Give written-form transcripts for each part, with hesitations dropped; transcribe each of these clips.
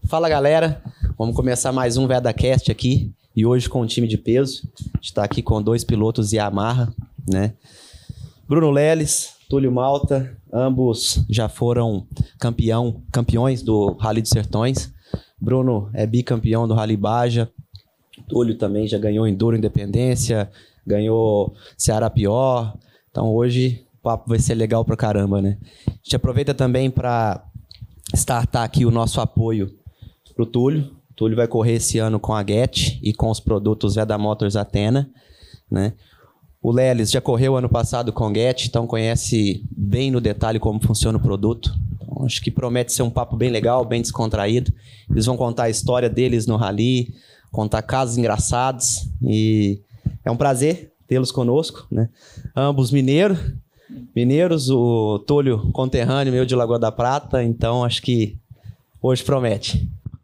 Fala galera, vamos começar mais um VedaCast aqui e hoje com um time de peso. A gente está aqui com 2 pilotos Yamaha, né? Bruno Leles, Túlio Malta, ambos já foram campeões do Rally dos Sertões. Bruno é bicampeão do Rally Baja, Túlio também já ganhou Enduro Independência, ganhou Ceará Pior. Então hoje o papo vai ser legal pra caramba, né? A gente aproveita também para startar aqui o nosso apoio pro Túlio. O Túlio vai correr esse ano com a Get e com os produtos Veda Motors Athena, né? O Leles já correu ano passado com Get, então conhece bem no detalhe como funciona o produto. Então, acho que promete ser um papo bem legal, bem descontraído. Eles vão contar a história deles no Rally, contar casos engraçados e é um prazer tê-los conosco, né? Ambos mineiros, o Túlio conterrâneo meu de Lagoa da Prata, então acho que hoje promete.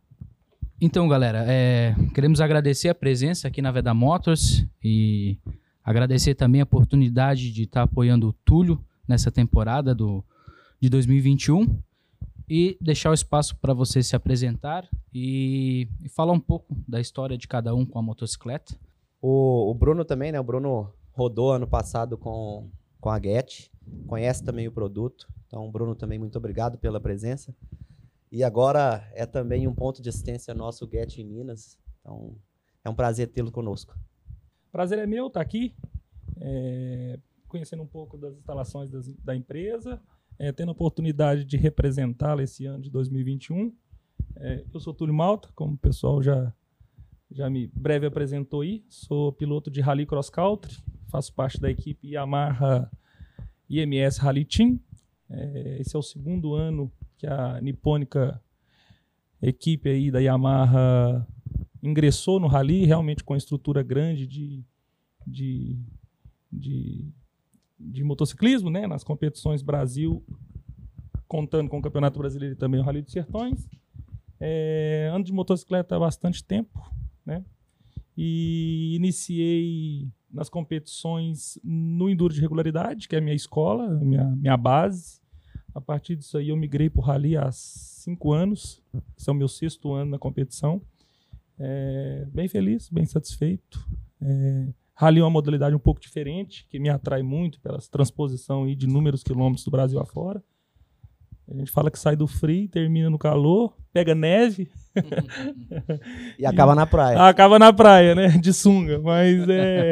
Então, galera, queremos agradecer a presença aqui na Veda Motors e agradecer também a oportunidade de estar apoiando o Túlio nessa temporada de 2021 e deixar o espaço para você se apresentar e falar um pouco da história de cada um com a motocicleta. O Bruno também, né? O Bruno rodou ano passado com a Get, conhece também o produto. Então, Bruno, também muito obrigado pela presença. E agora é também um ponto de assistência nosso, o Get em Minas. Então, é um prazer tê-lo conosco. Prazer é meu estar aqui, conhecendo um pouco das instalações da empresa, tendo a oportunidade de representá-la esse ano de 2021. Eu sou Túlio Malta, como o pessoal já me breve apresentou aí. Sou piloto de Rally Cross Country, faço parte da equipe Yamaha IMS Rally Team. Esse é o segundo ano que a nipônica equipe aí da Yamaha ingressou no Rally, realmente com estrutura grande de motociclismo, né, nas competições Brasil, contando com o Campeonato Brasileiro e também o Rally dos Sertões. Ando de motocicleta há bastante tempo, né, e iniciei nas competições no Enduro de Regularidade, que é a minha escola, minha base. A partir disso aí eu migrei para o Rally há 5 anos, esse é o meu 6º ano na competição. Bem feliz, bem satisfeito. Rally é uma modalidade um pouco diferente, que me atrai muito pela transposição aí de inúmeros quilômetros do Brasil afora. A gente fala que sai do frio, termina no calor, pega neve. E acaba na praia. Acaba na praia, né? De sunga. Mas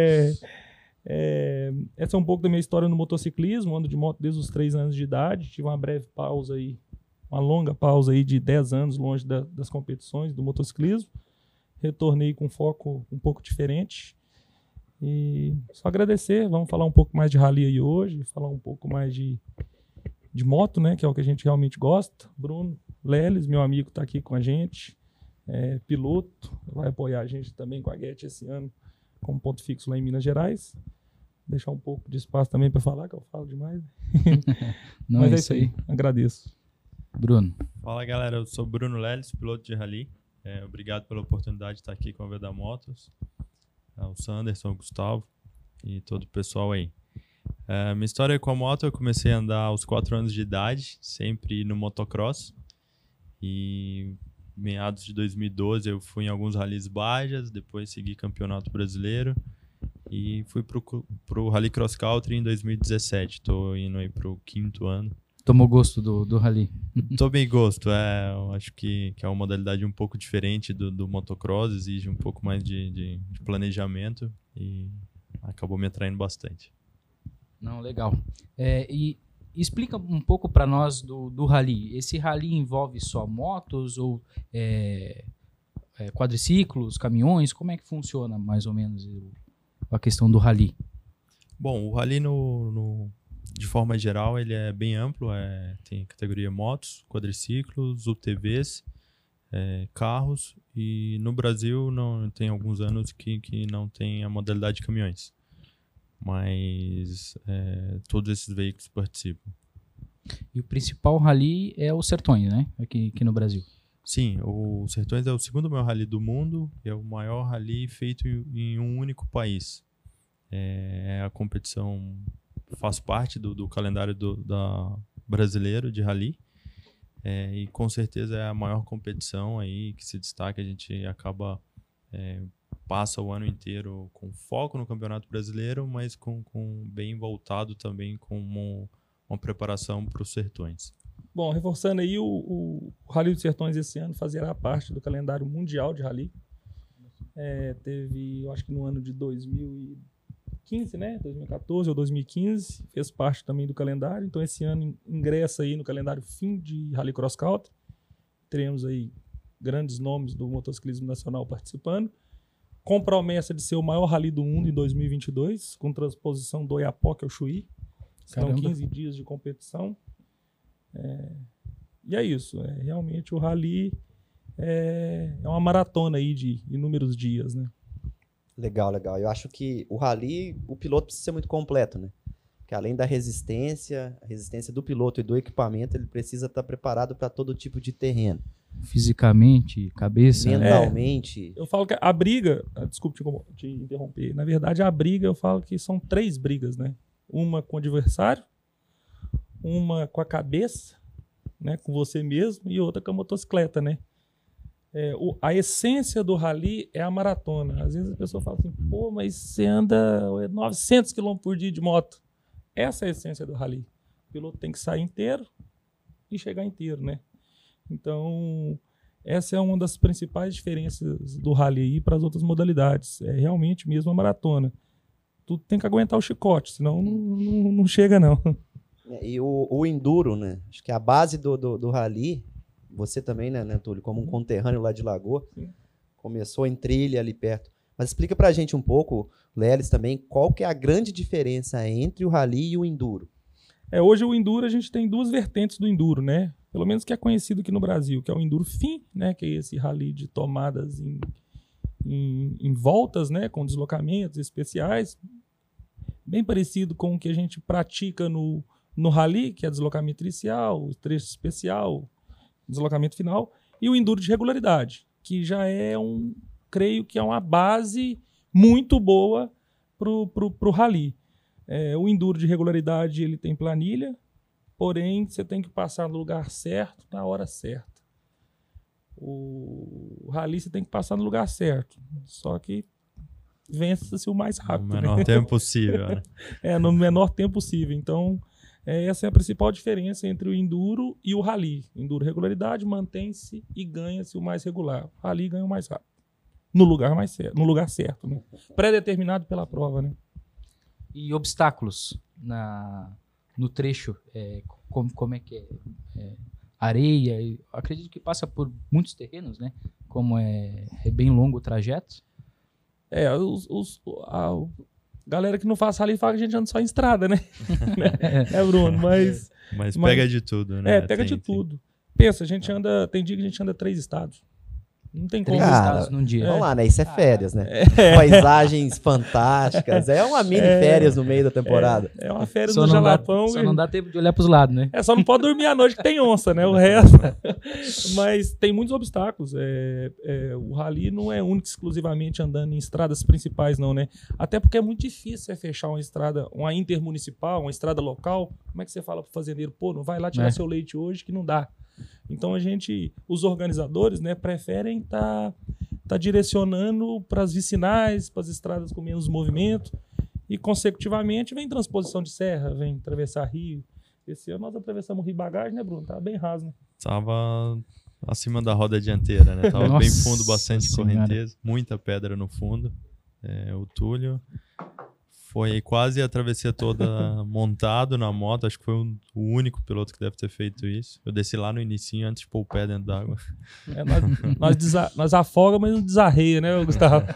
essa é um pouco da minha história no motociclismo. Ando de moto desde os 3 anos de idade. Tive uma breve pausa aí, uma longa pausa aí de 10 anos longe das competições do motociclismo. Retornei com foco um pouco diferente. E só agradecer. Vamos falar um pouco mais de rally aí hoje, falar um pouco mais de moto, né, que é o que a gente realmente gosta. Bruno Leles, meu amigo, está aqui com a gente, piloto, vai apoiar a gente também com a Get esse ano como ponto fixo lá em Minas Gerais. Deixar um pouco de espaço também para falar, que eu falo demais. Não, mas é isso aí, agradeço. Bruno. Fala galera, eu sou Bruno Leles, piloto de rally. Obrigado pela oportunidade de estar aqui com a Veda Motors, o Sanderson, o Gustavo e todo o pessoal aí. Minha história com a moto, eu comecei a andar aos 4 anos de idade, sempre no motocross. E meados de 2012 eu fui em alguns rallies bajas, depois segui campeonato brasileiro e fui pro Rally Cross Country em 2017. Tô indo aí pro 5º ano. Tomou gosto do Rally? Tomei gosto, eu acho que é uma modalidade um pouco diferente do motocross, exige um pouco mais de planejamento e acabou me atraindo bastante. Não, legal. E explica um pouco para nós do Rally. Esse Rally envolve só motos ou quadriciclos, caminhões? Como é que funciona mais ou menos a questão do Rally? Bom, o Rally de forma geral ele é bem amplo, tem categoria motos, quadriciclos, UTVs, carros, e no Brasil tem alguns anos que não tem a modalidade de caminhões. Mas todos esses veículos participam. E o principal rally é o Sertões, né? Aqui no Brasil. Sim, o Sertões é o 2º maior rally do mundo, é o maior rally feito em um único país. A competição faz parte do calendário da brasileiro de rally. E com certeza é a maior competição aí que se destaca. A gente acaba passa o ano inteiro com foco no Campeonato Brasileiro, mas com bem voltado também com uma preparação para os Sertões. Bom, reforçando aí, o Rally dos Sertões esse ano fazerá parte do calendário mundial de rally. Teve, eu acho que no ano de 2015, né? 2014 ou 2015, fez parte também do calendário. Então esse ano ingressa aí no calendário fim de Rally Cross Country. Teremos aí grandes nomes do motociclismo nacional participando, com promessa de ser o maior rally do mundo em 2022, com transposição do Oiapoque ao Chuí. Serão 15 dias de competição. E é isso. Realmente o rally é uma maratona aí de inúmeros dias, né? Legal. Eu acho que o rally, o piloto precisa ser muito completo, né? Porque além da resistência, a resistência do piloto e do equipamento, ele precisa estar preparado para todo tipo de terreno. Fisicamente, cabeça, mentalmente. Eu falo que a briga, desculpe te interromper, na verdade a briga eu falo que são 3 brigas, né? Uma com o adversário, uma com a cabeça, né, com você mesmo, e outra com a motocicleta, né? A essência do rally é a maratona. Às vezes a pessoa fala assim, pô, mas você anda 900 km por dia de moto. Essa é a essência do rally. O piloto tem que sair inteiro e chegar inteiro, né? Então, essa é uma das principais diferenças do rally para as outras modalidades. É realmente mesmo a maratona. Tu tem que aguentar o chicote, senão não chega, não. E o enduro, né? Acho que a base do rally, você também, né, Túlio, como um conterrâneo lá de Lagoa, Sim. Começou em trilha ali perto. Mas explica pra gente um pouco, Lelis, também, qual que é a grande diferença entre o rally e o enduro? Hoje o enduro, a gente tem 2 vertentes do enduro, né? Pelo menos que é conhecido aqui no Brasil, que é o enduro fim, né? Que é esse rally de tomadas em voltas, né? Com deslocamentos especiais, bem parecido com o que a gente pratica no rally, que é deslocamento inicial, trecho especial, deslocamento final, e o enduro de regularidade, que já é creio que é uma base muito boa pro rally. O enduro de regularidade, ele tem planilha, porém você tem que passar no lugar certo, na hora certa. O rally você tem que passar no lugar certo, só que vença-se o mais rápido. No menor tempo possível, né? No menor tempo possível. Então, essa é a principal diferença entre o enduro e o rally. Enduro regularidade, mantém-se e ganha-se o mais regular. O rally ganha o mais rápido. No lugar certo, né? Pré-determinado pela prova, né? E obstáculos no trecho, como é que é? Areia, acredito que passa por muitos terrenos, né? Como é bem longo o trajeto. A galera que não faz rally fala que a gente anda só em estrada, né? Bruno, mas pega de tudo, né? Pega de tudo. Pensa, a gente anda, tem dia que a gente anda 3 estados. Não tem como. 3 estados num dia. Vamos lá, né? Isso é férias, né? Paisagens fantásticas. É uma mini férias no meio da temporada. É uma férias no Jalapão. Só não dá tempo de olhar pros lados, né? Só não pode dormir à noite que tem onça, né? O resto. Mas tem muitos obstáculos. O rally não é único exclusivamente andando em estradas principais, não, né? Até porque é muito difícil fechar uma estrada, uma intermunicipal, uma estrada local. Como é que você fala pro fazendeiro? Pô, não vai lá tirar seu leite hoje que não dá. Então os organizadores, né, preferem tá direcionando para as vicinais, para as estradas com menos movimento, e consecutivamente vem transposição de serra, vem atravessar rio. Esse ano nós atravessamos o Rio Bagagem, né, Bruno? Tava bem raso, né? Tava acima da roda dianteira, né? Tava bem fundo, bastante correnteza, muita pedra no fundo. O Túlio foi quase a travessia toda montado na moto. Acho que foi o único piloto que deve ter feito isso. Eu desci lá no inicinho antes de pôr o pé dentro d'água. Nós afoga, mas não desarreia, né, Gustavo?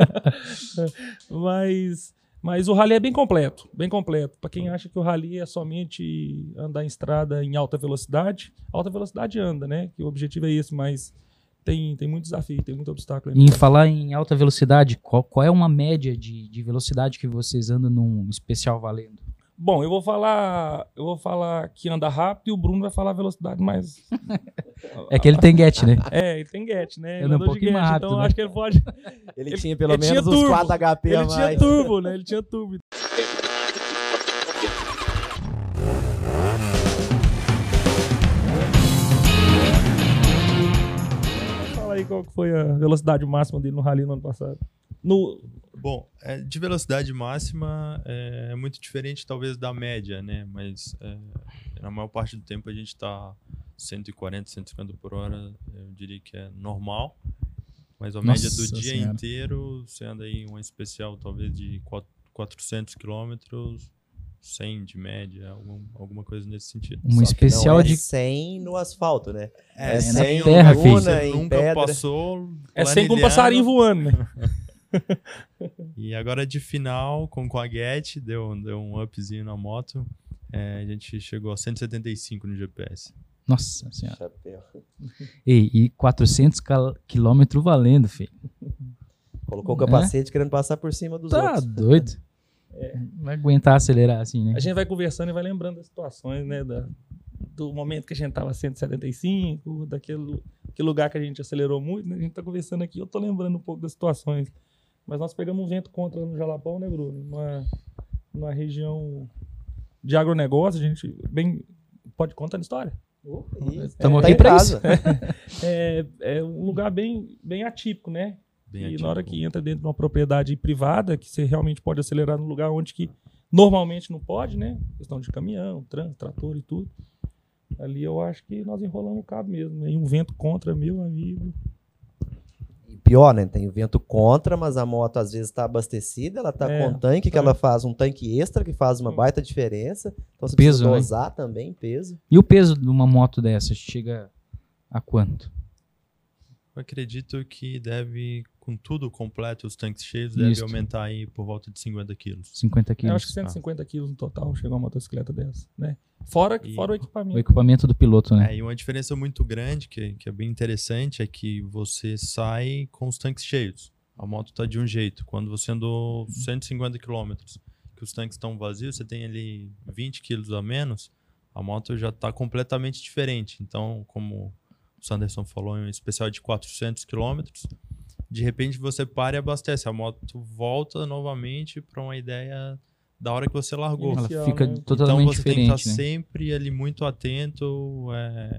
Mas o rally é bem completo, bem completo. Para quem acha que o rally é somente andar em estrada em alta velocidade anda, né? Que o objetivo é esse, mas tem muito desafio, tem muito obstáculo. Em falar em alta velocidade, qual é uma média de velocidade que vocês andam num especial valendo? Bom, eu vou falar que anda rápido e o Bruno vai falar a velocidade mais... É que ele tem get, né? Ele tem get, né? Ele é um pouquinho mais rápido, então né? Acho que ele pode... Ele tinha pelo menos uns 4 HP a mais. Ele tinha turbo, né? Ele tinha turbo. qual que foi a velocidade máxima dele no rally no ano passado. Bom, de velocidade máxima é muito diferente talvez da média, né? Mas na maior parte do tempo a gente está 140, 150 por hora, eu diria que é normal. Mas a média do dia inteiro, você anda aí uma especial talvez de 400 quilômetros, 100 de média, alguma coisa nesse sentido. Uma especial de 100 no asfalto, né? É 100 na terra, filho. você nunca pedra. passou. É 100 com um passarinho voando, né? E agora de final, com a Get, deu um upzinho na moto. A gente chegou a 175 no GPS. Nossa senhora. Chapéu. E 400 quilômetros valendo, filho. Colocou o capacete querendo passar por cima dos Tá outros. doido. Não vai aguentar acelerar assim, né? A gente vai conversando e vai lembrando das situações, né? Do momento que a gente tava 175, daquele lugar que a gente acelerou muito, né? A gente tá conversando aqui, eu tô lembrando um pouco das situações. Mas nós pegamos um vento contra no Jalapão, né, Bruno? Numa região de agronegócio, a gente pode contar a história? Estamos aqui pra isso. É um lugar bem atípico, né? Bem e atípico. na hora que entra dentro de uma propriedade privada, que você realmente pode acelerar no lugar onde que normalmente não pode, né? Questão de caminhão, trânsito, trator e tudo. Ali eu acho que nós enrolamos o cabo mesmo, né? E um vento contra, meu amigo. E pior, né? Tem o vento contra, mas a moto às vezes está abastecida, ela está com um tanque, que ela faz um tanque extra, que faz uma baita diferença. Então você Peso, precisa né? dosar também, peso. E o peso de uma moto dessa chega a quanto? Eu acredito que deve, com tudo completo, os tanques cheios, deve Isso. aumentar aí por volta de 50 quilos. 50 quilos. Eu acho que 150 quilos no total chegou uma motocicleta dessa, né? Fora o O equipamento. equipamento do piloto, né? E uma diferença muito grande, que é bem interessante, é que você sai com os tanques cheios. A moto está de um jeito. Quando você andou 150 quilômetros, que os tanques estão vazios, você tem ali 20 quilos a menos, a moto já está completamente diferente. Então, como o Sanderson falou, em um especial de 400 quilômetros, de repente você para e abastece. A moto volta novamente para uma ideia da hora que você largou. Ela Inicial, fica né? totalmente Então você tem que diferente, estar né? sempre ali muito atento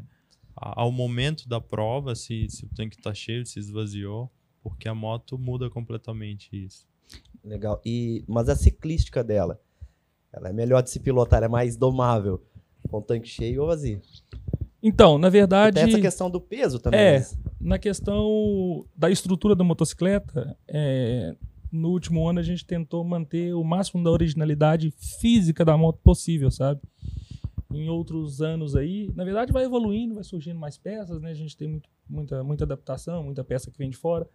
ao momento da prova, se o tanque está cheio, se esvaziou, porque a moto muda completamente isso. Legal. Mas a ciclística dela, ela é melhor de se pilotar, é mais domável, com o tanque cheio ou vazio. Então, na E verdade, tem essa questão do peso também. na questão da estrutura da motocicleta, no último ano a gente tentou manter o máximo da originalidade física da moto possível, sabe? Em outros anos aí, na verdade vai evoluindo, vai surgindo mais peças, né? A gente tem muita adaptação, muita peça que vem de fora.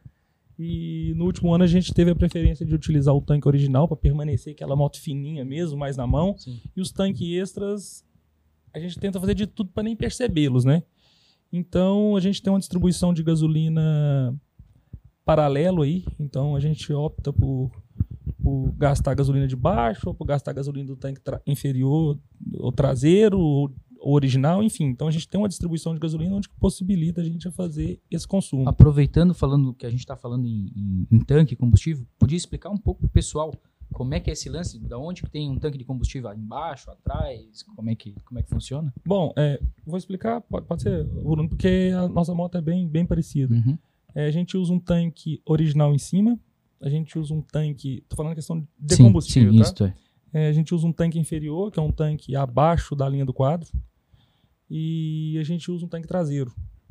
E no último ano a gente teve a preferência de utilizar o tanque original para permanecer aquela moto fininha mesmo, mais na mão. Sim. E os tanques extras, a gente tenta fazer de tudo para nem percebê-los, né? Então a gente tem uma distribuição de gasolina paralelo aí. Então a gente opta por gastar gasolina de baixo ou por gastar gasolina do tanque inferior ou traseiro ou original, enfim. Então a gente tem uma distribuição de gasolina onde possibilita a gente fazer esse consumo. Aproveitando, falando que a gente está falando em tanque, combustível, podia explicar um pouco pro pessoal como é que é esse lance? Da onde que tem um tanque de combustível? Embaixo, atrás? Como é que funciona? Bom, vou explicar, pode ser, Bruno, porque a nossa moto é bem parecida. Uhum. A gente usa um tanque original em cima, a gente usa um tanque, tô falando questão de Sim, combustível, sim, tá? isso é. A gente usa um tanque inferior, que é um tanque abaixo da linha do quadro, e a gente usa um tanque traseiro.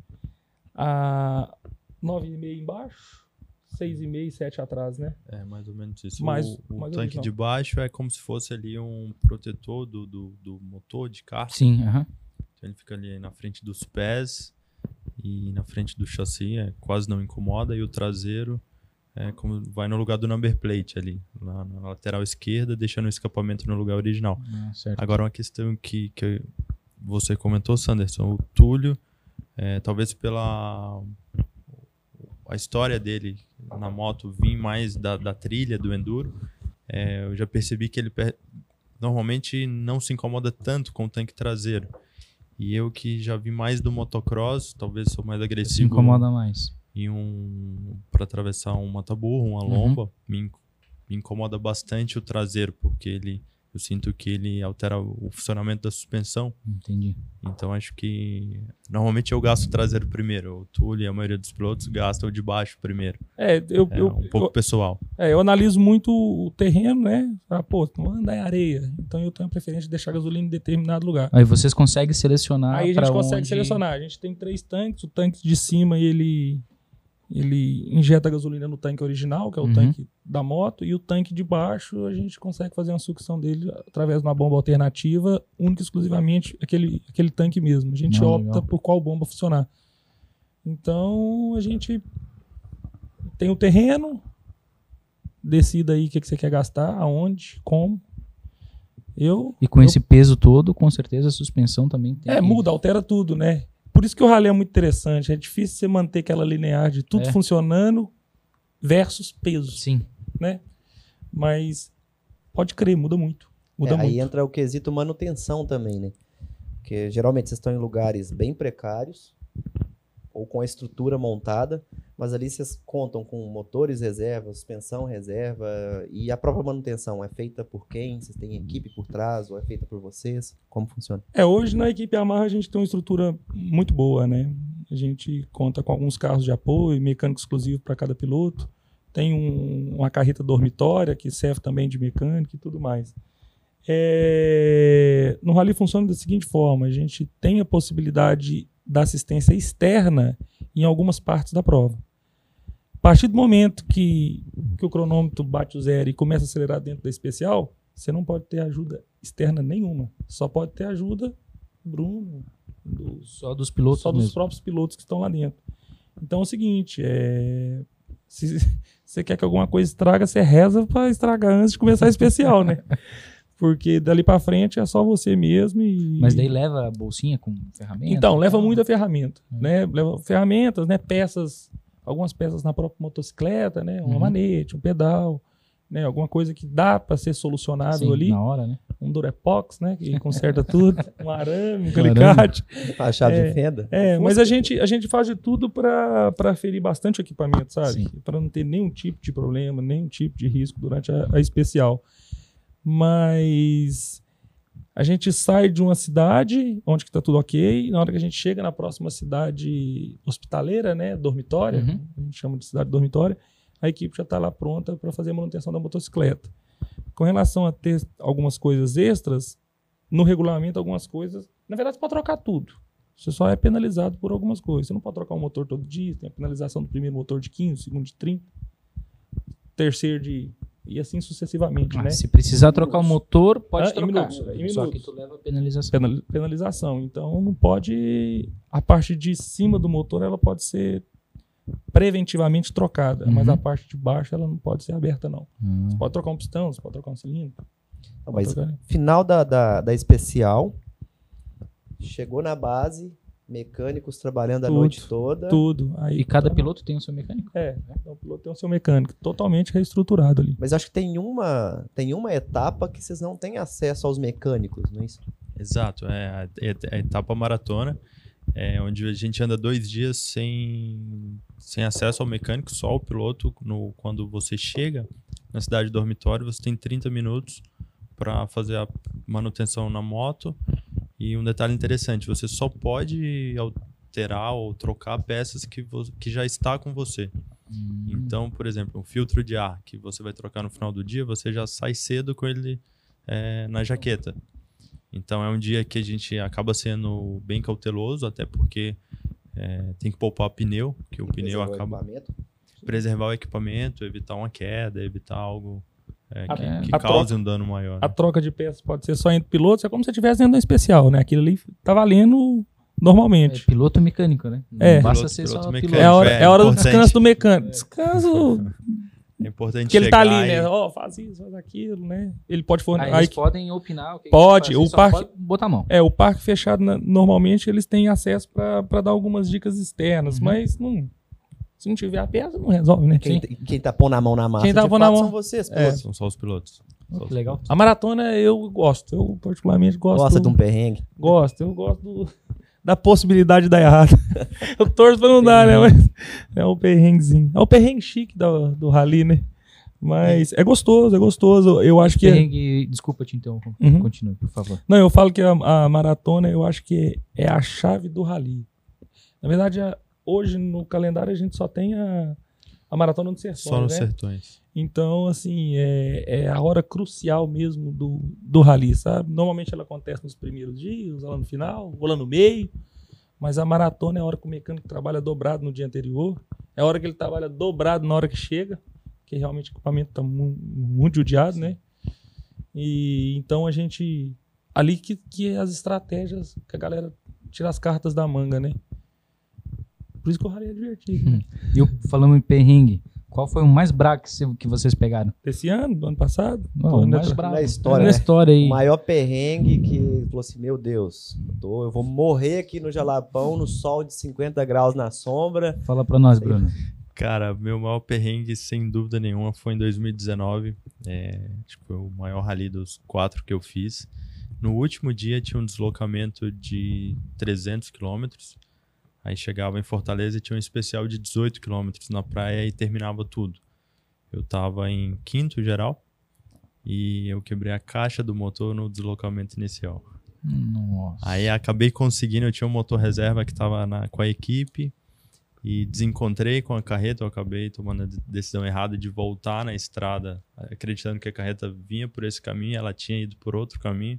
9,5 embaixo, 6,5 e 7 atrás, né? É mais ou menos isso. Mais o tanque original. de baixo é como se fosse ali um protetor do motor de carro. Sim, aham. Então ele fica ali na frente dos pés e na frente do chassi, quase não incomoda. E o traseiro como vai no lugar do number plate ali, na lateral esquerda, deixando o escapamento no lugar original. Certo. Agora uma questão que você comentou, Sanderson, o Túlio, talvez pela a história dele na moto vir mais da trilha, do enduro, eu já percebi que ele normalmente não se incomoda tanto com o tanque traseiro. E eu que já vi mais do motocross, talvez sou mais agressivo. Se incomoda mais. Para atravessar um mata-burro, uma lomba, me incomoda bastante o traseiro, porque ele eu sinto que ele altera o funcionamento da suspensão. Entendi. Então acho que normalmente eu gasto o traseiro primeiro. O Túlio e a maioria dos pilotos gastam o de baixo primeiro. Um pouco pessoal. Eu analiso muito o terreno, né? Não andar em areia. Então eu tenho a preferência de deixar a gasolina em determinado lugar. Aí vocês conseguem selecionar. Aí a gente consegue selecionar. A gente tem 3 tanques. O tanque de cima, ele injeta a gasolina no tanque original, que é o tanque da moto, e o tanque de baixo a gente consegue fazer uma sucção dele através de uma bomba alternativa, única e exclusivamente aquele tanque mesmo. A gente opta por qual bomba funcionar. Então a gente tem o terreno, decida aí o que você quer gastar, aonde, como. E com esse peso todo, com certeza a suspensão também tem. Muda, altera tudo, né? Por isso que o rally é muito interessante. É difícil você manter aquela linear de tudo funcionando versus peso. Sim. Né? Mas pode crer, muda muito. Aí entra o quesito manutenção também, né? Porque geralmente vocês estão em lugares bem precários ou com a estrutura montada, mas ali vocês contam com motores reserva, suspensão reserva, e a própria manutenção é feita por quem? Vocês têm equipe por trás ou é feita por vocês? Como funciona? Hoje na equipe Yamaha a gente tem uma estrutura muito boa, né? A gente conta com alguns carros de apoio, mecânico exclusivo para cada piloto, tem uma carreta dormitória que serve também de mecânico e tudo mais. No rally funciona da seguinte forma: a gente tem a possibilidade da assistência externa em algumas partes da prova. A partir do momento que o cronômetro bate o zero e começa a acelerar dentro da especial, você não pode ter ajuda externa nenhuma. Só pode ter ajuda do Bruno, só dos pilotos, só dos próprios pilotos que estão lá dentro. Então é o seguinte, se você quer que alguma coisa estraga, você reza para estragar antes de começar a especial, né? Porque dali para frente é só você mesmo. Mas daí leva a bolsinha com ferramenta? Então, leva muita ferramenta, né? Leva ferramentas, né? Peças, algumas peças na própria motocicleta, né? Uma manete, um pedal, né? Alguma coisa que dá para ser solucionado ali. Na hora, né? Um Durepox, né? Que conserta tudo. Um arame, um alicate. A chave de fenda. Mas a gente faz de tudo para ferir bastante o equipamento, sabe? Para não ter nenhum tipo de problema, nenhum tipo de risco durante a especial. Mas a gente sai de uma cidade onde que tá tudo ok, na hora que a gente chega na próxima cidade hospitaleira, né, dormitória, a gente chama de cidade dormitória, a equipe já está lá pronta para fazer a manutenção da motocicleta. Com relação a ter algumas coisas extras, no regulamento algumas coisas, na verdade você pode trocar tudo, você só é penalizado por algumas coisas. Você não pode trocar um motor todo dia, tem a penalização do primeiro motor de 15, segundo de 30, terceiro de... E assim sucessivamente, né? Se precisar trocar o motor, pode trocar. Em minutos. Só que tu leva penalização. Penalização. Então não pode... A parte de cima do motor ela pode ser preventivamente trocada, mas a parte de baixo ela não pode ser aberta, não. Você pode trocar um pistão, você pode trocar um cilindro. Mas final da especial, chegou na base... Mecânicos trabalhando a noite toda. Tudo. E cada piloto tem o seu mecânico? O piloto tem o seu mecânico, totalmente reestruturado ali. Mas acho que tem uma etapa que vocês não têm acesso aos mecânicos, não é isso? Exato, a etapa maratona, onde a gente anda 2 dias sem acesso ao mecânico, só o piloto. Quando você chega na cidade dormitório, você tem 30 minutos para fazer a manutenção na moto. E um detalhe interessante, você só pode alterar ou trocar peças que já está com você. Então, por exemplo, um filtro de ar que você vai trocar no final do dia, você já sai cedo com ele na jaqueta. Então é um dia que a gente acaba sendo bem cauteloso, até porque tem que poupar pneu, que o pneu acaba... Preservar o equipamento, evitar uma queda, evitar algo... que cause um dano maior. Né? A troca de peças pode ser só entre pilotos, é como se você estivesse dentro de um especial, né? Aquilo ali tá valendo normalmente. Piloto mecânico, né? Não basta ser só piloto. É a hora do descanso do mecânico. Descanso... É importante que ele tá ali, né? Faz isso, faz aquilo, né? Ele pode fornecer... Eles podem opinar. Pode. O parque... Pode botar a mão. O parque fechado, normalmente, eles têm acesso para dar algumas dicas externas, mas não... Se não tiver a peça, não resolve, né? Quem tá pondo a mão na massa, quem tá pondo a mão são vocês, pilotos. São só os pilotos. Que legal. A maratona eu gosto. Eu particularmente gosto. Gosta de um perrengue? Gosto. Eu gosto da possibilidade de dar errado. Eu torço pra não dar, né? Mas é o perrenguezinho. É o perrengue chique do rally, né? Mas é gostoso, é gostoso. Eu acho que... Desculpa te interromper. Uhum. Continue, por favor. Não, eu falo que a maratona, eu acho que é a chave do rally. Na verdade, hoje no calendário a gente só tem a maratona dos Sertões, Só nos né? Sertões. Então, assim, é a hora crucial mesmo do rally, sabe? Normalmente ela acontece nos primeiros dias, ou lá no final, ou lá no meio. Mas a maratona é a hora que o mecânico trabalha dobrado no dia anterior. É a hora que ele trabalha dobrado na hora que chega. Que realmente o equipamento está muito judiado, né? E então a gente... Ali que as estratégias, que a galera tira as cartas da manga, né? Por isso que o rally é divertido. Né? E falando em perrengue, qual foi o mais brabo que vocês pegaram? Esse ano, do ano passado? Não, o mais brabo. Na história, Na né? história aí. O maior perrengue que falou assim, meu Deus, eu vou morrer aqui no Jalapão, no sol de 50 graus na sombra. Fala pra nós, Bruno. Cara, meu maior perrengue, sem dúvida nenhuma, foi em 2019. Tipo, o maior rally dos 4 que eu fiz. No último dia tinha um deslocamento de 300 quilômetros. Aí chegava em Fortaleza e tinha um especial de 18 quilômetros na praia e terminava tudo. Eu tava em quinto geral e eu quebrei a caixa do motor no deslocamento inicial. Nossa. Aí acabei conseguindo, eu tinha um motor reserva que tava com a equipe e desencontrei com a carreta, eu acabei tomando a decisão errada de voltar na estrada, acreditando que a carreta vinha por esse caminho, ela tinha ido por outro caminho.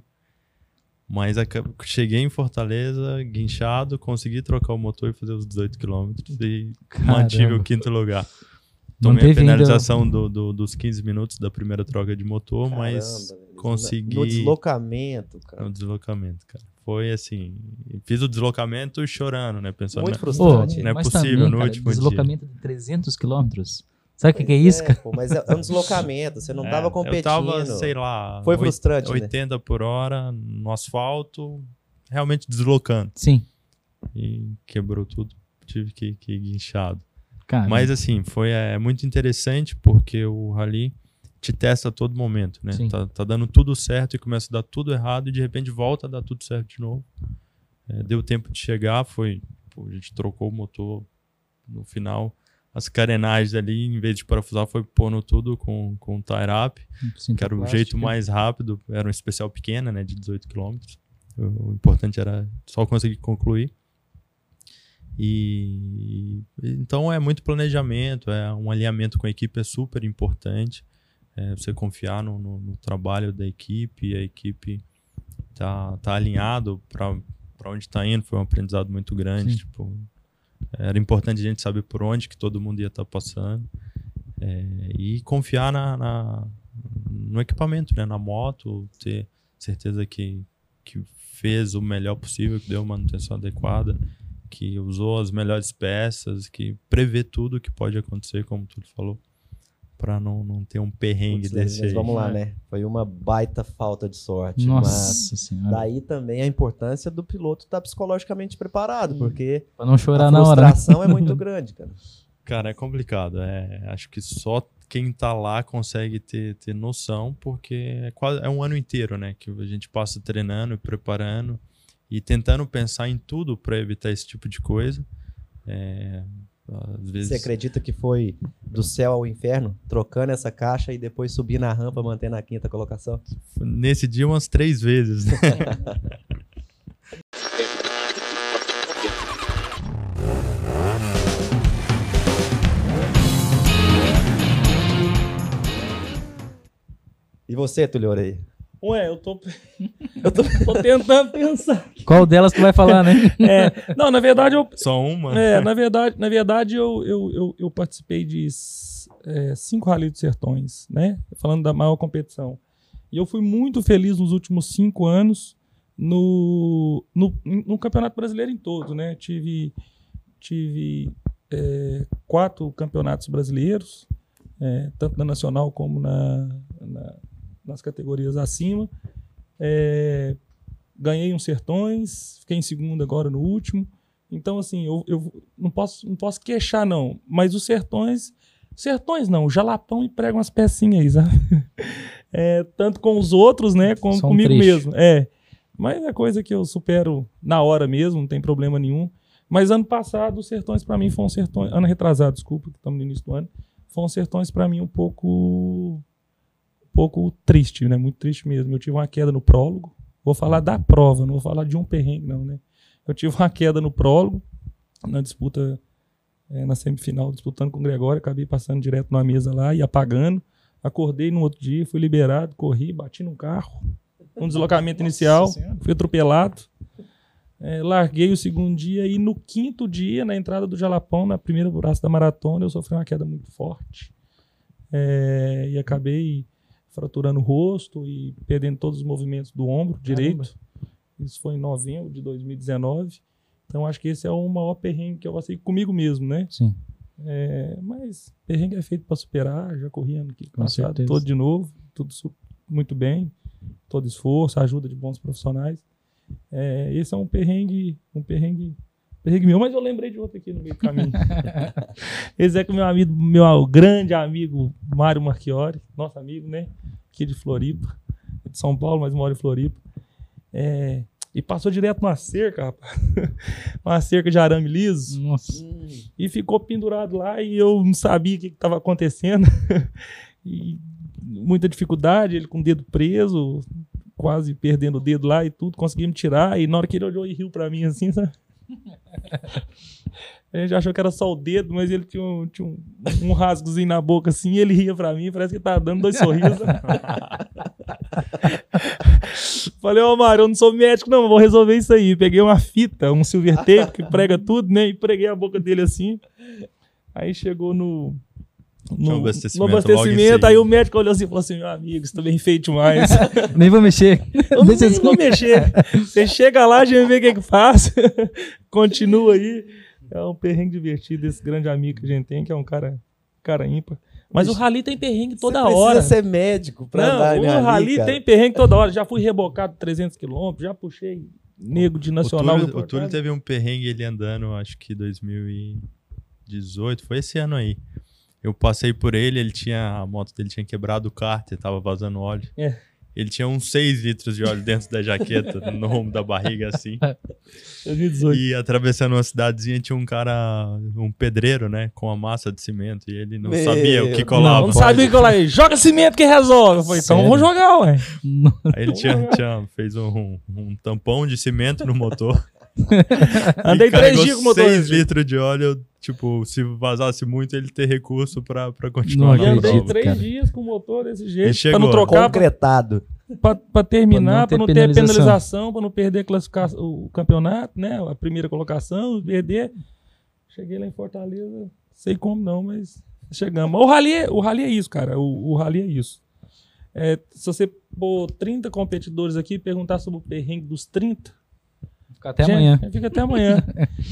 Mas cheguei em Fortaleza, guinchado, consegui trocar o motor e fazer os 18 quilômetros e mantive o quinto lugar. Tomei a penalização dos 15 minutos da primeira troca de motor, mas consegui... No deslocamento, cara. No deslocamento, cara. Foi assim, fiz o deslocamento chorando, né? Pensando, muito frustrante. não é mas possível também, no cara, último deslocamento dia. de 300 quilômetros. Sabe o que é isso, cara? Pô, mas é um deslocamento, você não tava competindo. Eu tava, sei lá, foi frustrante, 80 por hora no asfalto, realmente deslocando. Sim. E quebrou tudo, tive que ir guinchado. Cara, mas assim, é muito interessante porque o rally te testa a todo momento, né? Tá dando tudo certo e começa a dar tudo errado e de repente volta a dar tudo certo de novo. Deu tempo de chegar, a gente trocou o motor no final. As carenagens ali, em vez de parafusar, foi pondo tudo com tie-up, que era o jeito mais rápido. Era um especial pequena, né, de 18 km. O importante era só conseguir concluir. Então é muito planejamento, um alinhamento com a equipe é super importante. Você confiar no trabalho da equipe, e a equipe tá alinhado para onde está indo. Foi um aprendizado muito grande. Tipo, era importante a gente saber por onde que todo mundo ia estar passando e confiar no equipamento, né? Na moto, ter certeza que fez o melhor possível, que deu manutenção adequada, que usou as melhores peças, que prevê tudo que pode acontecer, como tu falou, para não ter um perrengue desse aí. Vamos lá, né? Foi uma baita falta de sorte. Nossa Senhora. Daí também a importância do piloto estar psicologicamente preparado, porque pra não chorar a frustração na hora, né? É muito grande, cara. Cara, é complicado. Acho que só quem tá lá consegue ter noção, porque é um ano inteiro, né? Que a gente passa treinando e preparando e tentando pensar em tudo para evitar esse tipo de coisa. Às vezes... Você acredita que foi do céu ao inferno, trocando essa caixa e depois subir na rampa, mantendo a quinta colocação? Nesse dia umas 3 vezes, né? E você, Tulio Orei? Ué, eu tô tentando pensar. Qual delas tu vai falar, né? Não, na verdade eu... Só uma? Na verdade eu participei de 5 Rally dos Sertões, né? Falando da maior competição. E eu fui muito feliz nos últimos 5 anos no Campeonato Brasileiro em todo, né? Tive 4 campeonatos brasileiros, tanto na Nacional como nas categorias acima. Ganhei uns Sertões, fiquei em segundo agora no último. Então, assim, eu não posso queixar, não. Mas os Sertões não, o Jalapão emprega umas pecinhas aí, sabe? Tanto com os outros, né, como Só um comigo trecho. mesmo. Mas é coisa que eu supero na hora mesmo, não tem problema nenhum. Mas ano passado, os Sertões para mim foi um Sertões... Ano retrasado, desculpa, que estamos no início do ano. foi um Sertões para mim um pouco triste, né? Muito triste mesmo. Eu tive uma queda no prólogo. Vou falar da prova, não vou falar de um perrengue, não, né? Eu tive uma queda no prólogo, na disputa, na semifinal, disputando com o Gregório. Acabei passando direto numa mesa lá e apagando. Acordei no outro dia, fui liberado, corri, bati num carro. Um deslocamento inicial, fui atropelado. Larguei o segundo dia e no quinto dia, na entrada do Jalapão, na primeira braço da maratona, eu sofri uma queda muito forte. E acabei fraturando o rosto e perdendo todos os movimentos do ombro direito. Isso foi em novembro de 2019. Então acho que esse é o maior perrengue que eu passei comigo mesmo, né? Sim. Mas perrengue é feito para superar. Já corri ano que Com passado certeza. todo de novo, tudo muito bem, todo esforço, ajuda de bons profissionais. Esse é um perrengue meu, mas eu lembrei de outro aqui no meio do caminho. Esse é com meu grande amigo Mário Marchiori, nosso amigo, né? Aqui de Floripa, de São Paulo, mas mora em Floripa. E passou direto numa cerca, rapaz. Uma cerca de arame liso. Nossa. E ficou pendurado lá e eu não sabia o que estava acontecendo. E muita dificuldade, ele com o dedo preso, quase perdendo o dedo lá e tudo, conseguimos tirar. E na hora que ele olhou e riu pra mim assim, sabe? A gente achou que era só o dedo, mas ele tinha um rasgozinho na boca assim, e ele ria pra mim, parece que tava dando 2 sorrisos. Falei, Mário, eu não sou médico não, vou resolver isso aí. Peguei uma fita, um silver tape que prega tudo, né, e preguei a boca dele assim. Aí chegou no abastecimento, aí o médico olhou assim e falou assim, meu amigo, isso tá bem feito demais. Nem vou mexer. Eu nem vou mexer. Você chega lá, a gente vê o que faz. Continua aí. É um perrengue divertido, esse grande amigo que a gente tem, que é um cara ímpar. Mas o rally tem perrengue toda hora. Você precisa ser médico pra andar em rally. O rally cara. tem perrengue toda hora. Já fui rebocado 300 km, já puxei nego de nacional. O Túlio teve um perrengue ele andando, acho que 2018, foi esse ano aí. Eu passei por ele, a moto dele tinha quebrado o cárter, tava vazando óleo. Ele tinha uns 6 litros de óleo dentro da jaqueta, no rumo da barriga, assim. 2018. E atravessando uma cidadezinha tinha um cara, um pedreiro, né, com a massa de cimento. E ele não sabia o que colava. Não sabia o que colava. Joga cimento que resolve. Eu falei, então vamos jogar, ué. Aí ele fez um tampão de cimento no motor. Andei 3 dias com o motor. 6 litros de óleo, tipo, se vazasse muito, ele ter recurso pra continuar. E andei 3 dias com o motor desse jeito, chegou, pra não trocar. Concretado. Pra terminar, pra não ter penalização. penalização, pra não perder o campeonato, né? A primeira colocação, perder. Cheguei lá em Fortaleza, sei como não, mas chegamos. O rally é isso, cara. O rally é isso. Se você pôr 30 competidores aqui e perguntar sobre o perrengue dos 30, fica até amanhã. Fica até amanhã.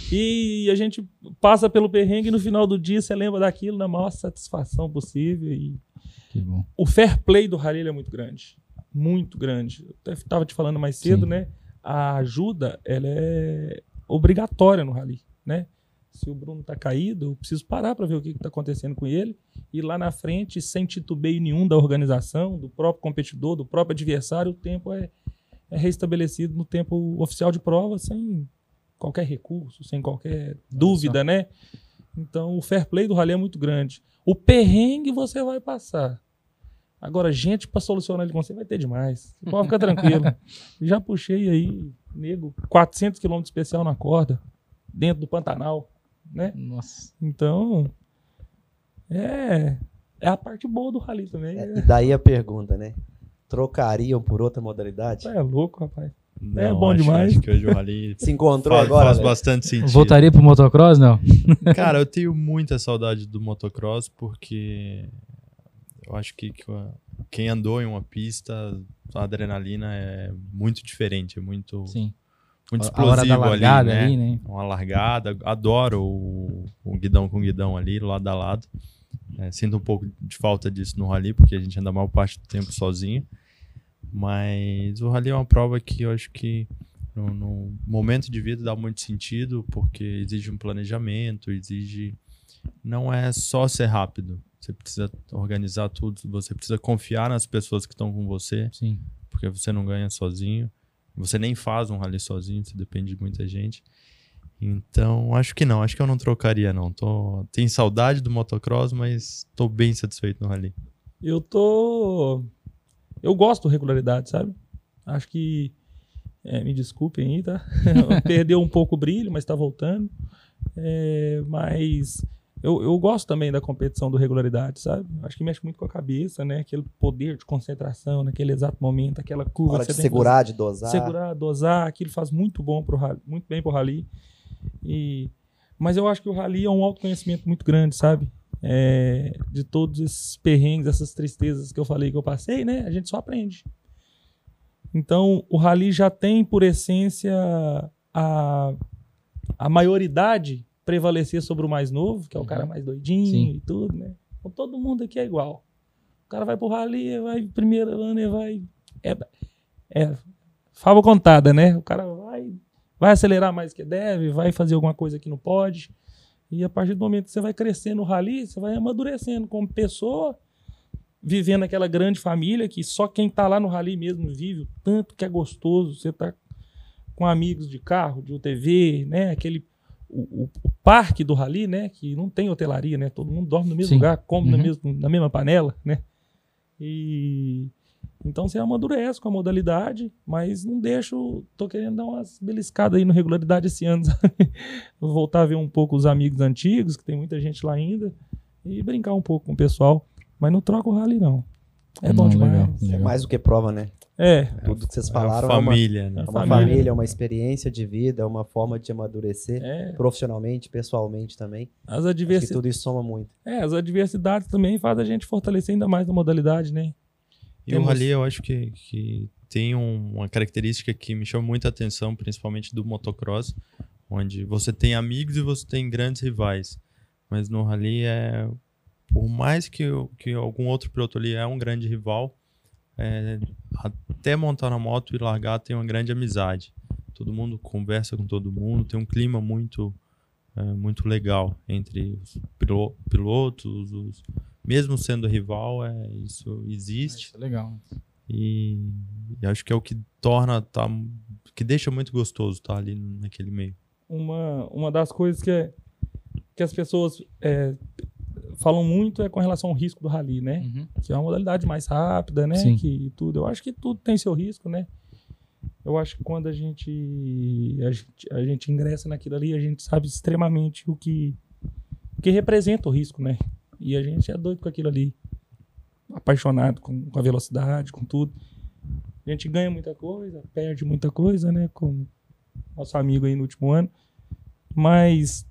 E a gente passa pelo perrengue e no final do dia você lembra daquilo na maior satisfação possível. E Que bom. o fair play do rally é muito grande. Muito grande. Eu até estava te falando mais cedo, né? A ajuda, ela é obrigatória no rally, né? Se o Bruno tá caído, eu preciso parar para ver o que está acontecendo com ele. E lá na frente, sem titubeio nenhum da organização, do próprio competidor, do próprio adversário, o tempo é restabelecido no tempo oficial de prova, sem qualquer recurso, sem qualquer dúvida, né? Então, o fair play do rally é muito grande. O perrengue você vai passar. Agora, gente para solucionar ele com você vai ter demais. Você pode ficar tranquilo. Já puxei aí, nego, 400 km de especial na corda, dentro do Pantanal, né? Nossa. Então, é a parte boa do rally também. E daí a pergunta, né? Trocariam por outra modalidade? É louco, rapaz. Não, bom demais. Acho que hoje o rally Se encontrou faz agora, né? bastante sentido. Voltaria pro motocross, não? Cara, eu tenho muita saudade do motocross porque eu acho que quem andou em uma pista, a adrenalina é muito diferente, é muito, Sim. muito A hora da explosivo largada ali, ali, né? né? Uma largada, adoro o guidão com guidão ali, lado a lado. Sinto um pouco de falta disso no rally, porque a gente anda a maior parte do tempo sozinho. Mas o rally é uma prova que eu acho que no momento de vida dá muito sentido, porque exige um planejamento, não é só ser rápido. Você precisa organizar tudo, você precisa confiar nas pessoas que estão com você, Sim. porque você não ganha sozinho. Você nem faz um rally sozinho, você depende de muita gente. Então, acho que não. Acho que eu não trocaria, não. Tenho saudade do motocross, mas tô bem satisfeito no rally. Eu gosto de regularidade, sabe? Acho que... me desculpem aí, tá? Perdeu um pouco o brilho, mas tá voltando. Mas eu gosto também da competição do regularidade, sabe? Acho que mexe muito com a cabeça, né? Aquele poder de concentração naquele exato momento, aquela curva. Hora de segurar, de dosar. Segurar, dosar, aquilo faz muito bem pro rally. Mas eu acho que o rally é um autoconhecimento muito grande, sabe? De todos esses perrengues, essas tristezas que eu falei que eu passei, né? A gente só aprende. Então, o rally já tem, por essência, a maioridade prevalecer sobre o mais novo, que é o cara mais doidinho. Sim. E tudo, né? Então, todo mundo aqui é igual. O cara vai pro rally, vai primeiro ano, vai... fava contada, né? O cara vai acelerar mais que deve, vai fazer alguma coisa que não pode. E a partir do momento que você vai crescendo no rally, você vai amadurecendo como pessoa, vivendo aquela grande família que só quem tá lá no rally mesmo vive, o tanto que é gostoso. Você tá com amigos de carro, de UTV, né? O parque do rally, né? Que não tem hotelaria, né? Todo mundo dorme no mesmo lugar, come na mesma panela, né? Então você amadurece com a modalidade, mas não deixo... Tô querendo dar umas beliscadas aí no regularidade esse ano, sabe? Vou voltar a ver um pouco os amigos antigos, que tem muita gente lá ainda, e brincar um pouco com o pessoal. Mas não troca o rally, não. Bom demais. Legal. É mais do que prova, né? Tudo que vocês falaram é uma família, né? É uma família, é uma experiência de vida, é uma forma de amadurecer profissionalmente, pessoalmente também. Acho que tudo isso soma muito. As adversidades também fazem a gente fortalecer ainda mais na modalidade, né? E o rally eu acho que tem uma característica que me chama muita atenção, principalmente do motocross, onde você tem amigos e você tem grandes rivais. Mas no rally por mais que algum outro piloto ali é um grande rival, até montar na moto e largar tem uma grande amizade. Todo mundo conversa com todo mundo, tem um clima muito legal entre os pilotos, mesmo sendo rival, isso existe. Isso é legal. E acho que é o que torna, que deixa muito gostoso estar ali naquele meio. Uma das coisas que as pessoas falam muito com relação ao risco do rally, né? Que é uma modalidade mais rápida, né? Sim. Que tudo. Eu acho que tudo tem seu risco, né? Eu acho que quando a gente ingressa naquilo ali, a gente sabe extremamente o que representa o risco, né? E a gente é doido com aquilo ali. Apaixonado com a velocidade, com tudo. A gente ganha muita coisa, perde muita coisa, né? Como nosso amigo aí no último ano. Mas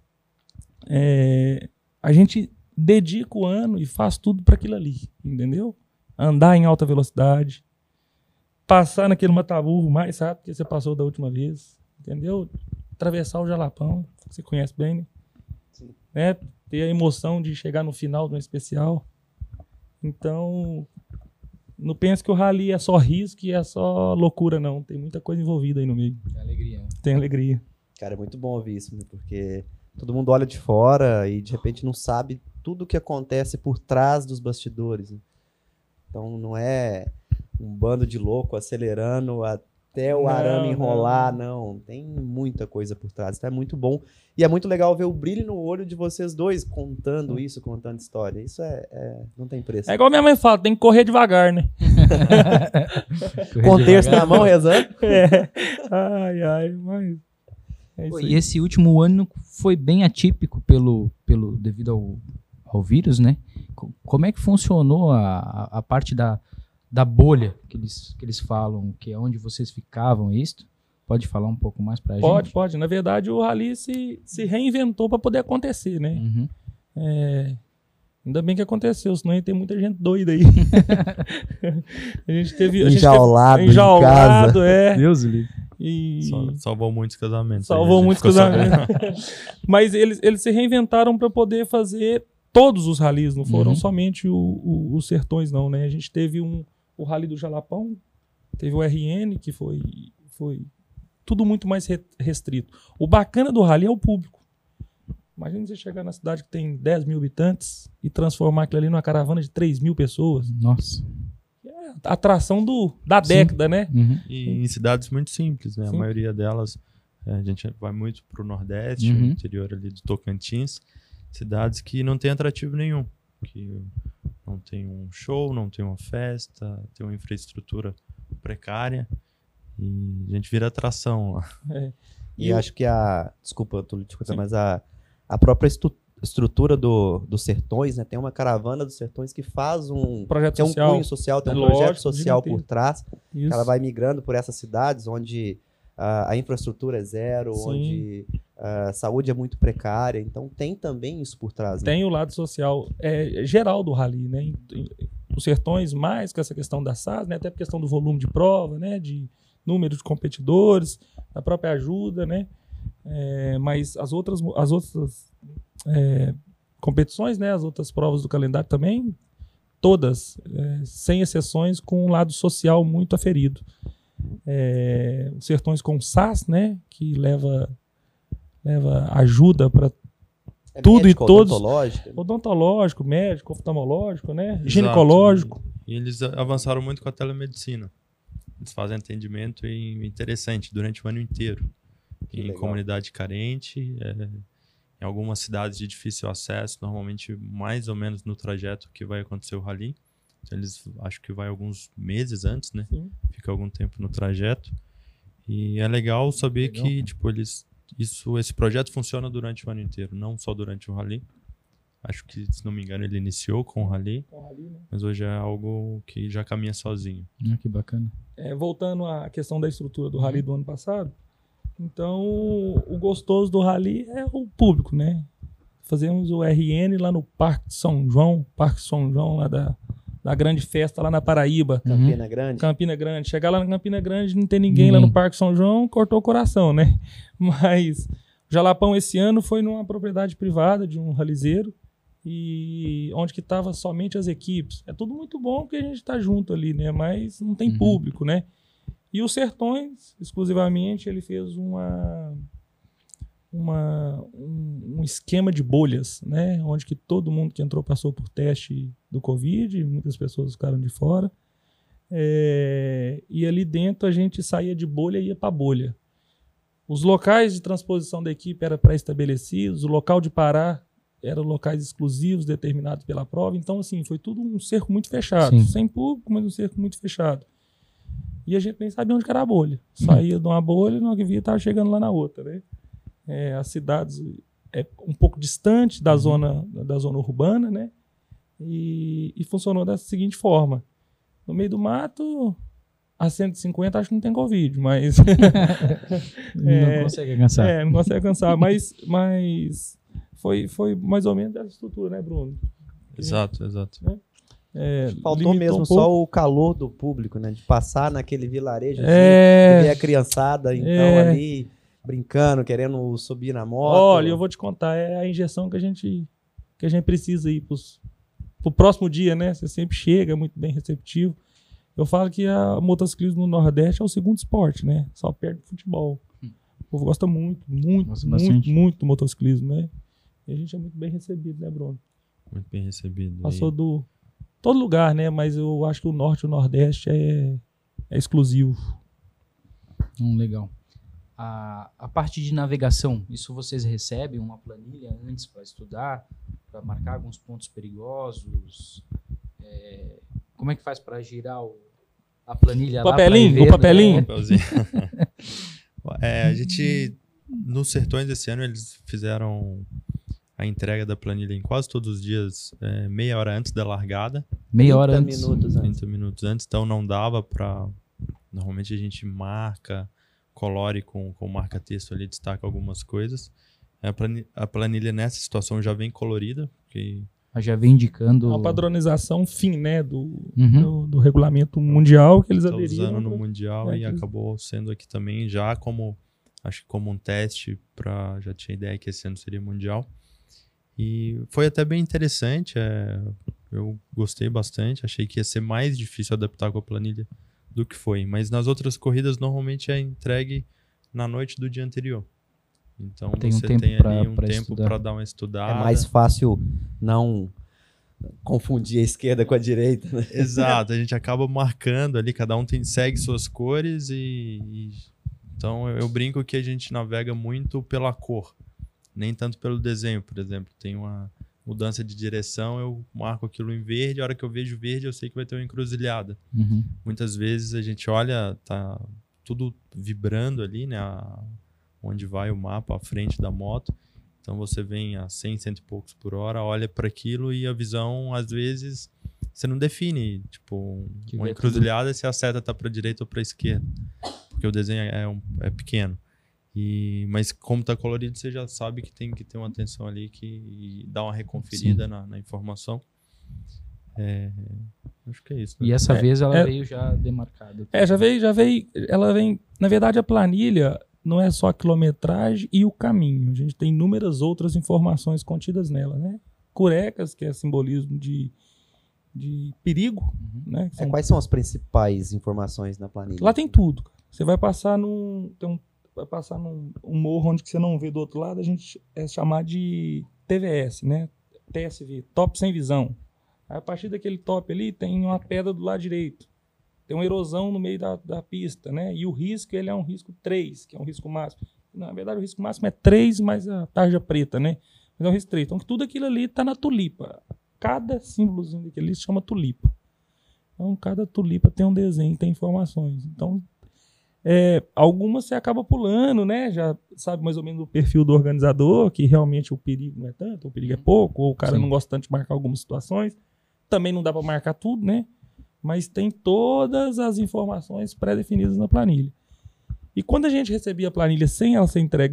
a gente dedica o ano e faz tudo para aquilo ali, entendeu? Andar em alta velocidade, passar naquele mataburro mais rápido que você passou da última vez, entendeu? Atravessar o Jalapão, que você conhece bem, né? Sim. Né? Ter a emoção de chegar no final de um especial. Então, não pense que o rally é só risco e é só loucura, não. Tem muita coisa envolvida aí no meio. Tem alegria. Né? Tem alegria. Cara, é muito bom ouvir isso, né? Porque todo mundo olha de fora e de repente não sabe tudo o que acontece por trás dos bastidores. Né? Então não é um bando de louco acelerando até o arame enrolar, não. Tem muita coisa por trás. Então é muito bom. E é muito legal ver o brilho no olho de vocês dois contando isso, contando história. Isso não tem preço. É igual minha mãe fala, tem que correr devagar, né? Com o terço na mão, rezando. Mas... E esse último ano foi bem atípico devido ao vírus, né? Como é que funcionou a parte da bolha que eles falam, que é onde vocês ficavam, é isso? Pode falar um pouco mais pra gente? Pode. Na verdade, o rally se reinventou para poder acontecer, né? Ainda bem que aconteceu, senão ia ter muita gente doida aí. A gente teve... Enjaulado em casa. Deus livre. Salvou muitos casamentos. Salvou muitos casamentos. Mas eles se reinventaram para poder fazer todos os rallies, não foram somente os sertões, não, né? A gente teve o rally do Jalapão, teve o RN, que foi tudo muito mais restrito. O bacana do rally é o público. Imagina você chegar na cidade que tem 10 mil habitantes e transformar aquilo ali numa caravana de 3 mil pessoas. Nossa. É a atração da década, né? E em cidades muito simples, né? Sim. A maioria delas A gente vai muito para o Nordeste, Uhum. o interior ali do Tocantins, cidades que não tem atrativo nenhum, que não tem um show, não tem uma festa, tem uma infraestrutura precária e a gente vira atração lá. E acho que desculpa, Túlio, mas a própria estrutura dos Sertões, né? Tem uma caravana dos Sertões que faz Projeto tem social. um cunho social, tem um Lógico, projeto social por gigantesco. trás. Isso. Ela vai migrando por essas cidades onde a infraestrutura é zero, Sim. onde a saúde é muito precária. Então tem também isso por trás. Né? Tem o lado social geral do rally, né? Os Sertões, mais com essa questão da SAS, né? Até por questão do volume de prova, né? De número de competidores, da própria ajuda, né? Mas as outras competições, né? As outras provas do calendário também, todas, sem exceções, com um lado social muito aferido. Os Sertões com SAS, né? Que leva ajuda para tudo médico, e todos. odontológico. Médico, oftalmológico, né? Exato. Ginecológico. E eles avançaram muito com a telemedicina. Eles fazem atendimento interessante durante o ano inteiro. Que Em legal. comunidade carente, em algumas cidades de difícil acesso, normalmente mais ou menos no trajeto que vai acontecer o rally. Então eles acho que vai alguns meses antes, né? Sim. Fica algum tempo no trajeto. E é legal saber que tipo, esse projeto funciona durante o ano inteiro, não só durante o rally. Acho que, se não me engano, ele iniciou com o rally, mas hoje é algo que já caminha sozinho. Que bacana. Voltando à questão da estrutura do rally do ano passado, então o gostoso do rally é o público, né? Fazemos o RN lá no Parque São João lá da grande festa lá na Paraíba. Campina Grande. Chegar lá na Campina Grande, não tem ninguém lá no Parque São João, cortou o coração, né? Mas o Jalapão esse ano foi numa propriedade privada de um ralizeiro, e onde que tava somente as equipes. É tudo muito bom porque a gente tá junto ali, né? Mas não tem público, né? E os Sertões, exclusivamente, ele fez um esquema de bolhas, né? Onde que todo mundo que entrou passou por teste do Covid, muitas pessoas ficaram de fora. E ali dentro a gente saía de bolha e ia para bolha. Os locais de transposição da equipe eram pré-estabelecidos, o local de parar eram locais exclusivos determinados pela prova. Então, assim, foi tudo um cerco muito fechado. Sim. Sem público, mas um cerco muito fechado. E a gente nem sabia onde que era a bolha. Saía de uma bolha e não via estava chegando lá na outra, né? As cidades um pouco distantes da zona urbana, né? E funcionou da seguinte forma. No meio do mato, a 150 acho que não tem Covid, mas... Não consegue alcançar. Não consegue alcançar, mas foi mais ou menos essa estrutura, né, Bruno? Exato. Faltou mesmo só o calor do público, né? De passar naquele vilarejo, ver a criançada, então, ali brincando, querendo subir na moto. Olha, eu vou te contar, é a injeção que a gente precisa ir pro próximo dia, né? Você sempre chega muito bem receptivo. Eu falo que a motociclismo no Nordeste é o segundo esporte, né? Só perto do futebol. O povo gosta muito do motociclismo, né? E a gente é muito bem recebido, né, Bruno? Muito bem recebido. Passou do todo lugar, né? Mas eu acho que o Norte e o Nordeste é exclusivo. Legal. A parte de navegação, isso vocês recebem uma planilha antes para estudar, para marcar alguns pontos perigosos? Como é que faz para girar a planilha papelinho, lá? O papelinho? A gente, nos Sertões esse ano, eles fizeram a entrega da planilha em quase todos os dias, meia hora antes da largada. Meia hora antes? 30 minutos antes, então não dava para... Normalmente a gente marca, colore com marca-texto ali, destaca algumas coisas. A planilha nessa situação já vem colorida, porque... Já vem indicando... Uma padronização fim, né, do regulamento mundial que eles aderiram. Usando no mundial e acabou sendo aqui também já como um teste para... Já tinha ideia que esse ano seria mundial. E foi até bem interessante, eu gostei bastante, achei que ia ser mais difícil adaptar com a planilha do que foi. Mas nas outras corridas, normalmente é entregue na noite do dia anterior. Então você tem ali um tempo para dar uma estudada. É mais fácil não confundir a esquerda com a direita, né? Exato, a gente acaba marcando ali, cada um segue suas cores e Então eu brinco que a gente navega muito pela cor, nem tanto pelo desenho. Por exemplo, tem uma mudança de direção, eu marco aquilo em verde, a hora que eu vejo verde eu sei que vai ter uma encruzilhada. Muitas vezes a gente olha, tá tudo vibrando ali, né? Onde vai o mapa, à frente da moto. Então você vem a 100, 100 e poucos por hora, olha para aquilo e a visão, às vezes, você não define. Tipo, uma encruzilhada, se a seta tá para a direita ou para a esquerda. Porque o desenho é pequeno. Mas como tá colorido, você já sabe que tem que ter uma atenção ali e dar uma reconferida na informação. Acho que é isso. Né? E essa vez ela veio já demarcada. Já veio. Ela vem. Na verdade, a planilha não é só a quilometragem e o caminho. A gente tem inúmeras outras informações contidas nela, né? Curecas, que é simbolismo de perigo, né? Quais são as principais informações na planilha? Lá tem tudo. Você vai passar num morro onde que você não vê do outro lado, a gente chamar de TVS, né? TSV, top sem visão. Aí, a partir daquele top ali, tem uma pedra do lado direito. Tem uma erosão no meio da pista, né? E o risco, ele é um risco 3, que é um risco máximo. Na verdade, o risco máximo é 3 mais a tarja preta, né? Mas é um risco 3. Então, tudo aquilo ali está na tulipa. Cada símbolozinho daquele ali se chama tulipa. Então, cada tulipa tem um desenho, tem informações. Então, algumas você acaba pulando, né? Já sabe mais ou menos o perfil do organizador, que realmente o perigo não é tanto, o perigo é pouco, ou o cara não gosta tanto de marcar algumas situações. Também não dá para marcar tudo, né? Mas tem todas as informações pré-definidas na planilha. E quando a gente recebia a planilha sem ela ser entregue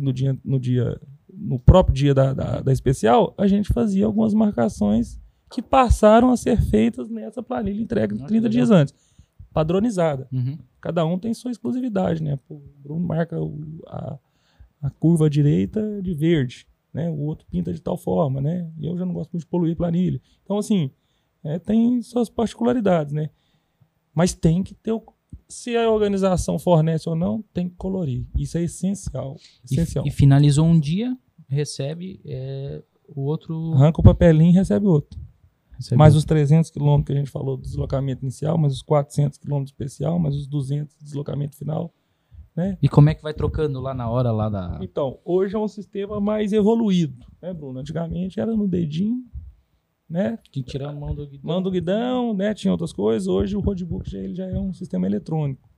no próprio dia da especial, a gente fazia algumas marcações que passaram a ser feitas nessa planilha entregue 30 dias antes. Padronizada. Cada um tem sua exclusividade, né? O Bruno marca a curva direita de verde, né? O outro pinta de tal forma, né? E eu já não gosto muito de poluir planilha. Então, assim, tem suas particularidades, né? Mas tem que ter se a organização fornece ou não, tem que colorir. Isso é essencial. E finalizou um dia, recebe o outro... Arranca o papelinho e recebe outro. Mais os 300 km que a gente falou do deslocamento inicial, mais os 400 km especial, mais os 200 de deslocamento final. Né? E como é que vai trocando lá na hora? Então, hoje é um sistema mais evoluído, né, Bruno? Antigamente era no dedinho, né? Tinha que tirar a mão do guidão. Mão do guidão, né? Tinha outras coisas. Hoje o roadbook ele já é um sistema eletrônico.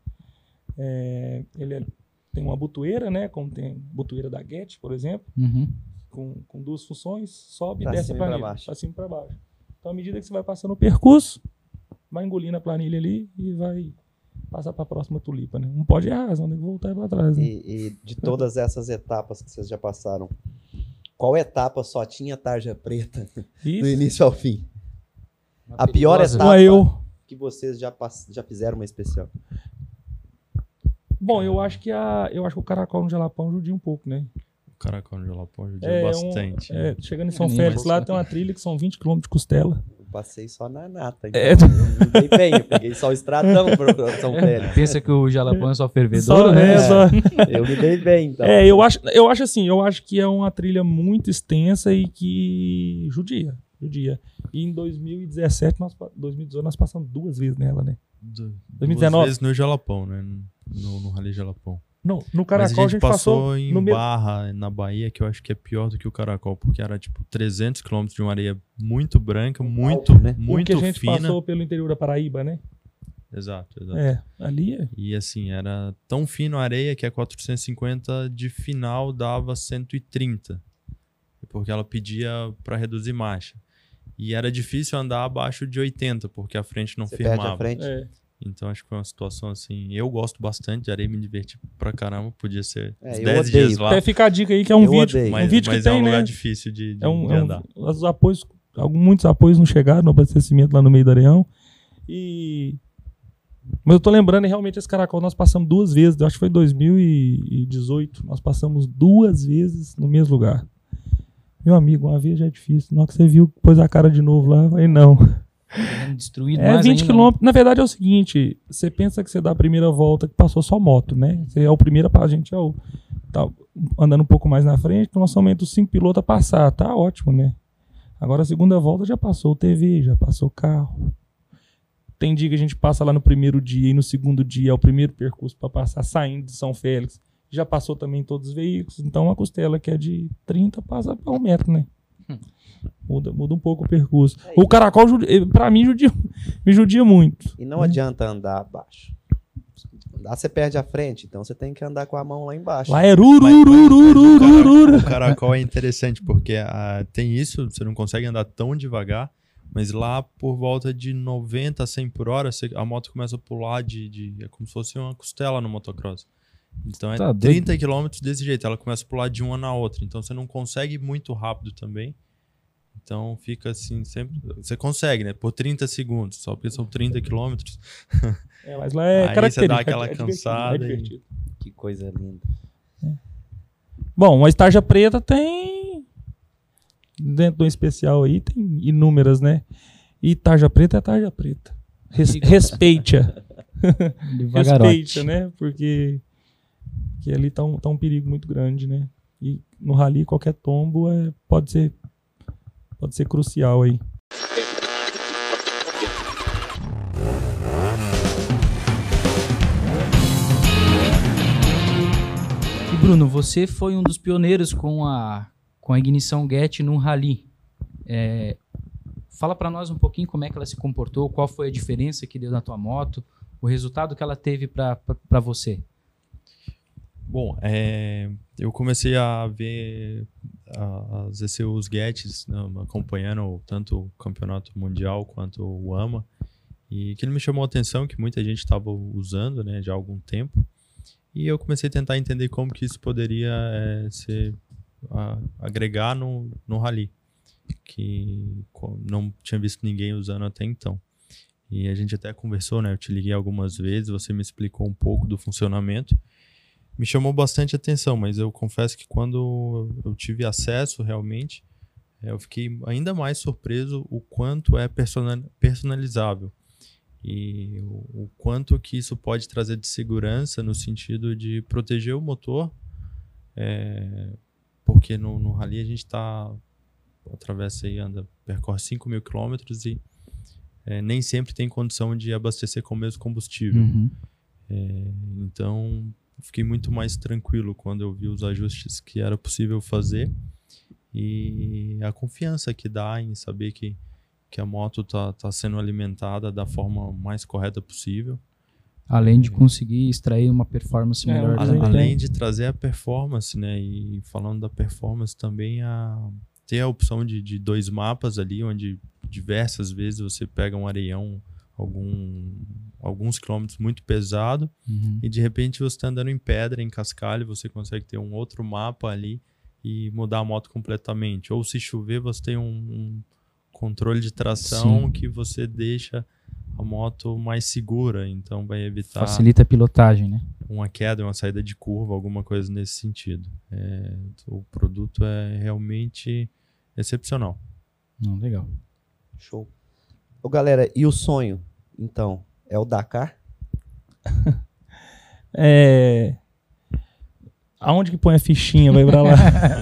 Tem uma botoeira, né? Como tem a botoeira da Get, por exemplo, com duas funções, sobe e desce a planilha, para cima e para baixo. Então, à medida que você vai passando o percurso, vai engolindo a planilha ali e vai passar para a próxima tulipa, né? Não pode errar, senão tem que voltar para trás. Né? E de todas essas etapas que vocês já passaram, qual etapa só tinha tarja preta do início ao fim? A pior etapa que vocês já fizeram uma especial? Bom, eu acho que o Caracol no Jalapão judia um pouco, né? O Caracol no Jalapão judia bastante. Chegando em São Félix, lá tem uma trilha que são 20 km de costela. Eu passei só na nata. Então eu me dei bem, eu peguei só o estradão para São Félix. Pensa que o Jalapão é só fervedouro, né? Eu me dei bem, então. Eu acho assim, eu acho que é uma trilha muito extensa e que judia. E em 2017, 2018, nós passamos 2 vezes nela, né? 2019. 2 vezes no Jalapão, né? No Rally Jalapão. Não, no Caracol a gente passou em Barra, na Bahia, que eu acho que é pior do que o Caracol, porque era tipo 300 km de uma areia muito branca, muito fina. O que a gente passou pelo interior da Paraíba, né? Exato. Ali é. E assim, era tão fino a areia que a 450 de final dava 130, porque ela pedia para reduzir marcha. E era difícil andar abaixo de 80, porque a frente não firmava. Perde a frente. Então acho que foi uma situação assim. Eu gosto bastante de areia, me diverti pra caramba. Podia ser uns 10 dias lá. Até ficar a dica aí que é um vídeo. Mas que é tem, um lugar né? difícil de andar. Os apoios, muitos apoios não chegaram no abastecimento lá no meio do areião. Mas eu tô lembrando, realmente, esse Caracol nós passamos 2 vezes. Eu acho que foi 2018. Nós passamos 2 vezes no mesmo lugar. Meu amigo, uma vez já é difícil. Na hora que você viu, pôs a cara de novo lá, aí não. Destruído 20 km. Na verdade é o seguinte, você pensa que você dá a primeira volta que passou só moto, né? Você é o primeiro, a gente tá andando um pouco mais na frente, então nós somente os 5 pilotos a passar, tá ótimo, né? Agora a segunda volta já passou o TV, já passou o carro. Tem dia que a gente passa lá no primeiro dia e no segundo dia é o primeiro percurso para passar saindo de São Félix já passou também em todos os veículos. Então, uma costela que é de 30 passa para 1 metro, né? Muda um pouco o percurso. O caracol, para mim, me judia muito. E não adianta andar abaixo. Andar, você perde a frente, então você tem que andar com a mão lá embaixo. Lá é O caracol é interessante, porque tem isso, você não consegue andar tão devagar, mas lá por volta de 90 a 100 por hora, a moto começa a pular é como se fosse uma costela no motocross. Então é 30 km desse jeito, ela começa a pular de uma na outra, então você não consegue ir muito rápido também. Então fica assim, sempre. Você consegue, né? Por 30 segundos, só porque são 30 quilômetros. Mas lá é aí característico. Você dá aquela cansada. Divertido. Que coisa linda. Bom, a Tarja Preta tem. Dentro do especial aí, tem inúmeras, né? E Tarja Preta é Tarja Preta. Respeite-a. Respeite-a, né? Porque ali tá um perigo muito grande, né? E no rally, qualquer tombo pode ser crucial aí. E Bruno, você foi um dos pioneiros com a ignição GET no rally. Fala para nós um pouquinho como é que ela se comportou, qual foi a diferença que deu na tua moto, o resultado que ela teve para você. Bom, eu comecei a ver as ECUs GETs, né, acompanhando tanto o campeonato mundial quanto o AMA, e aquilo me chamou a atenção, que muita gente estava usando, né, já há algum tempo, e eu comecei a tentar entender como que isso poderia agregar no rally, que não tinha visto ninguém usando até então. E a gente até conversou, né, eu te liguei algumas vezes, você me explicou um pouco do funcionamento. Me chamou bastante atenção, mas eu confesso que quando eu tive acesso realmente, eu fiquei ainda mais surpreso o quanto é personalizável e o quanto que isso pode trazer de segurança no sentido de proteger o motor, porque no rally a gente atravessa e percorre 5.000 quilômetros e nem sempre tem condição de abastecer com o mesmo combustível. Uhum. Então fiquei muito mais tranquilo quando eu vi os ajustes que era possível fazer e a confiança que dá em saber que a moto tá sendo alimentada da forma mais correta possível. Além de conseguir extrair uma performance melhor. Além de trazer a performance, né? E falando da performance também, ter a opção de 2 mapas ali, onde diversas vezes você pega um areião, alguns quilômetros muito pesado, e de repente você está andando em pedra, em cascalho, você consegue ter um outro mapa ali e mudar a moto completamente. Ou se chover, você tem um controle de tração. Sim. Que você deixa a moto mais segura, então vai evitar... Facilita a pilotagem, né? Uma queda, uma saída de curva, alguma coisa nesse sentido. O produto é realmente excepcional. Legal. Show. Ô, galera, e o sonho, então, é o Dakar? Aonde que põe a fichinha, vai pra lá?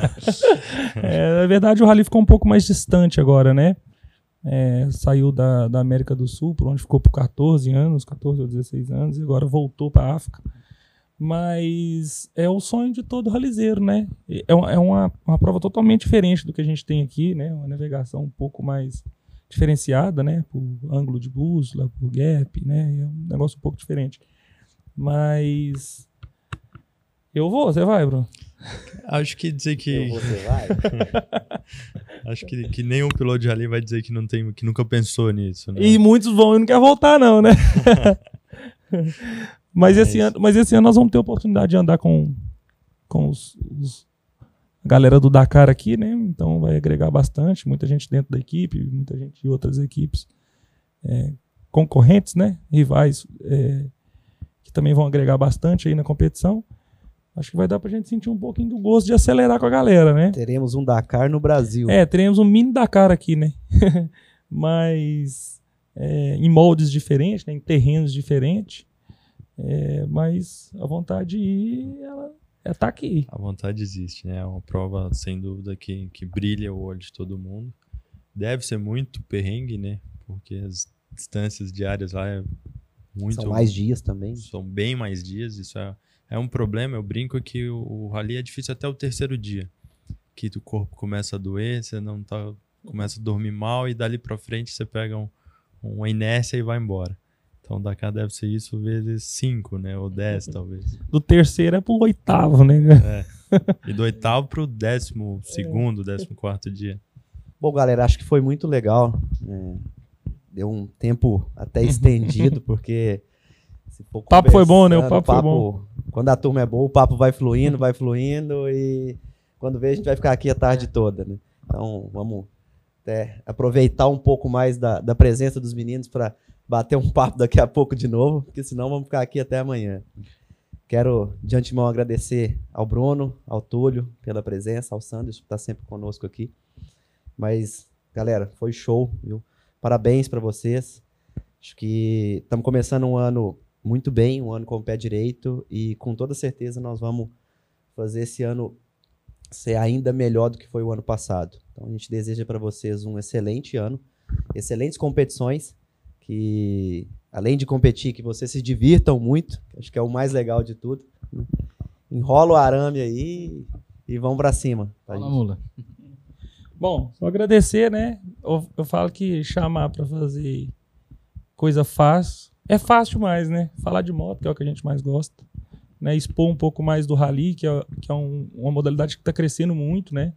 Na verdade, o rally ficou um pouco mais distante agora, né? Saiu da América do Sul, por onde ficou por 14 ou 16 anos, e agora voltou para a África. Mas é o sonho de todo ralizeiro, né? É uma prova totalmente diferente do que a gente tem aqui, né? Uma navegação um pouco mais diferenciada, né? Por ângulo de bússola, por gap, né? É um negócio um pouco diferente. Mas eu vou, você vai, Bruno? Acho que dizer que... Eu vou, você vai? Acho que nenhum piloto de rally vai dizer que que nunca pensou nisso, né? E muitos vão e não querem voltar, não, né? Mas esse ano nós vamos ter a oportunidade de andar com a galera do Dakar aqui, né? Então vai agregar bastante, muita gente dentro da equipe, muita gente de outras equipes concorrentes, né? Rivais que também vão agregar bastante aí na competição. Acho que vai dar pra gente sentir um pouquinho do gosto de acelerar com a galera, né? Teremos um Dakar no Brasil. Teremos um mini Dakar aqui, né? Mas em moldes diferentes, né? Em terrenos diferentes. Mas a vontade de ir, ela tá aqui. A vontade existe, né? É uma prova, sem dúvida, que brilha o olho de todo mundo. Deve ser muito perrengue, né? Porque as distâncias diárias lá São mais dias também. São bem mais dias, isso é É um problema, eu brinco que o rally é difícil até o terceiro dia. Que o corpo começa a doer, você não tá, começa a dormir mal e dali pra frente você pega uma inércia e vai embora. Então da cá deve ser isso vezes 5, né? Ou 10 talvez. Do terceiro é pro 8º, né? E do 8º pro 12º, 14º dia. Bom, galera, acho que foi muito legal. Deu um tempo até estendido, porque se for O papo foi bom, né? O papo foi bom. Quando a turma é boa, o papo vai fluindo, e quando vê, a gente vai ficar aqui a tarde toda, né? Então, vamos até aproveitar um pouco mais da presença dos meninos para bater um papo daqui a pouco de novo, porque senão vamos ficar aqui até amanhã. Quero, de antemão, agradecer ao Bruno, ao Túlio pela presença, ao Sanders, que está sempre conosco aqui. Mas, galera, foi show, viu? Parabéns para vocês. Acho que estamos começando um ano muito bem, um ano com o pé direito, e com toda certeza nós vamos fazer esse ano ser ainda melhor do que foi o ano passado. Então a gente deseja para vocês um excelente ano, excelentes competições, que além de competir, que vocês se divirtam muito, acho que é o mais legal de tudo, né? Enrola o arame aí e vamos para cima. Tá, Fala, Mula. Bom, só agradecer, né? Eu falo que chamar para fazer coisa fácil é fácil mais, né? Falar de moto, que é o que a gente mais gosta, né? Expor um pouco mais do rally, que é uma modalidade que está crescendo muito, né?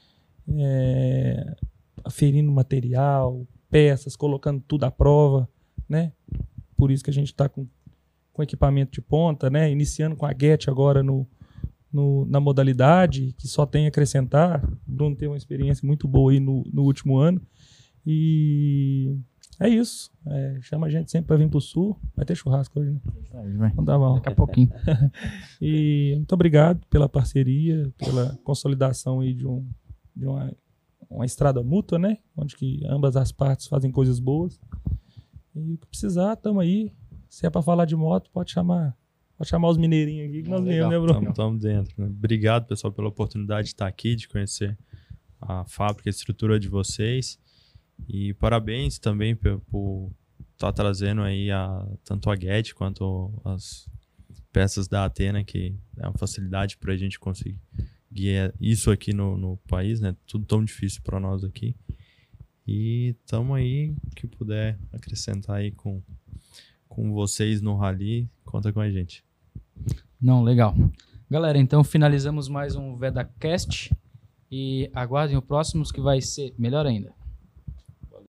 Aferindo material, peças, colocando tudo à prova, né? Por isso que a gente está com equipamento de ponta, né? Iniciando com a GET agora na modalidade, que só tem a acrescentar. O Bruno teve uma experiência muito boa aí no último ano. E é isso. Chama a gente sempre para vir para o Sul. Vai ter churrasco hoje, né? Não dá mal. Daqui a pouquinho. E muito obrigado pela parceria, pela consolidação aí de uma estrada mútua, né? Onde que ambas as partes fazem coisas boas. E o que precisar, estamos aí. Se é para falar de moto, pode chamar os mineirinhos aqui que nós viemos, né, Bruno? Estamos dentro, né? Obrigado, pessoal, pela oportunidade de estar aqui, de conhecer a fábrica, a estrutura de vocês. E parabéns também por estar trazendo aí tanto a GET quanto as peças da Athena, que é uma facilidade para a gente conseguir isso aqui no país, né? Tudo tão difícil para nós aqui. E estamos aí, que puder acrescentar aí com vocês no Rally, conta com a gente. Não, legal. Galera, então finalizamos mais um VedaCast e aguardem o próximo que vai ser melhor ainda.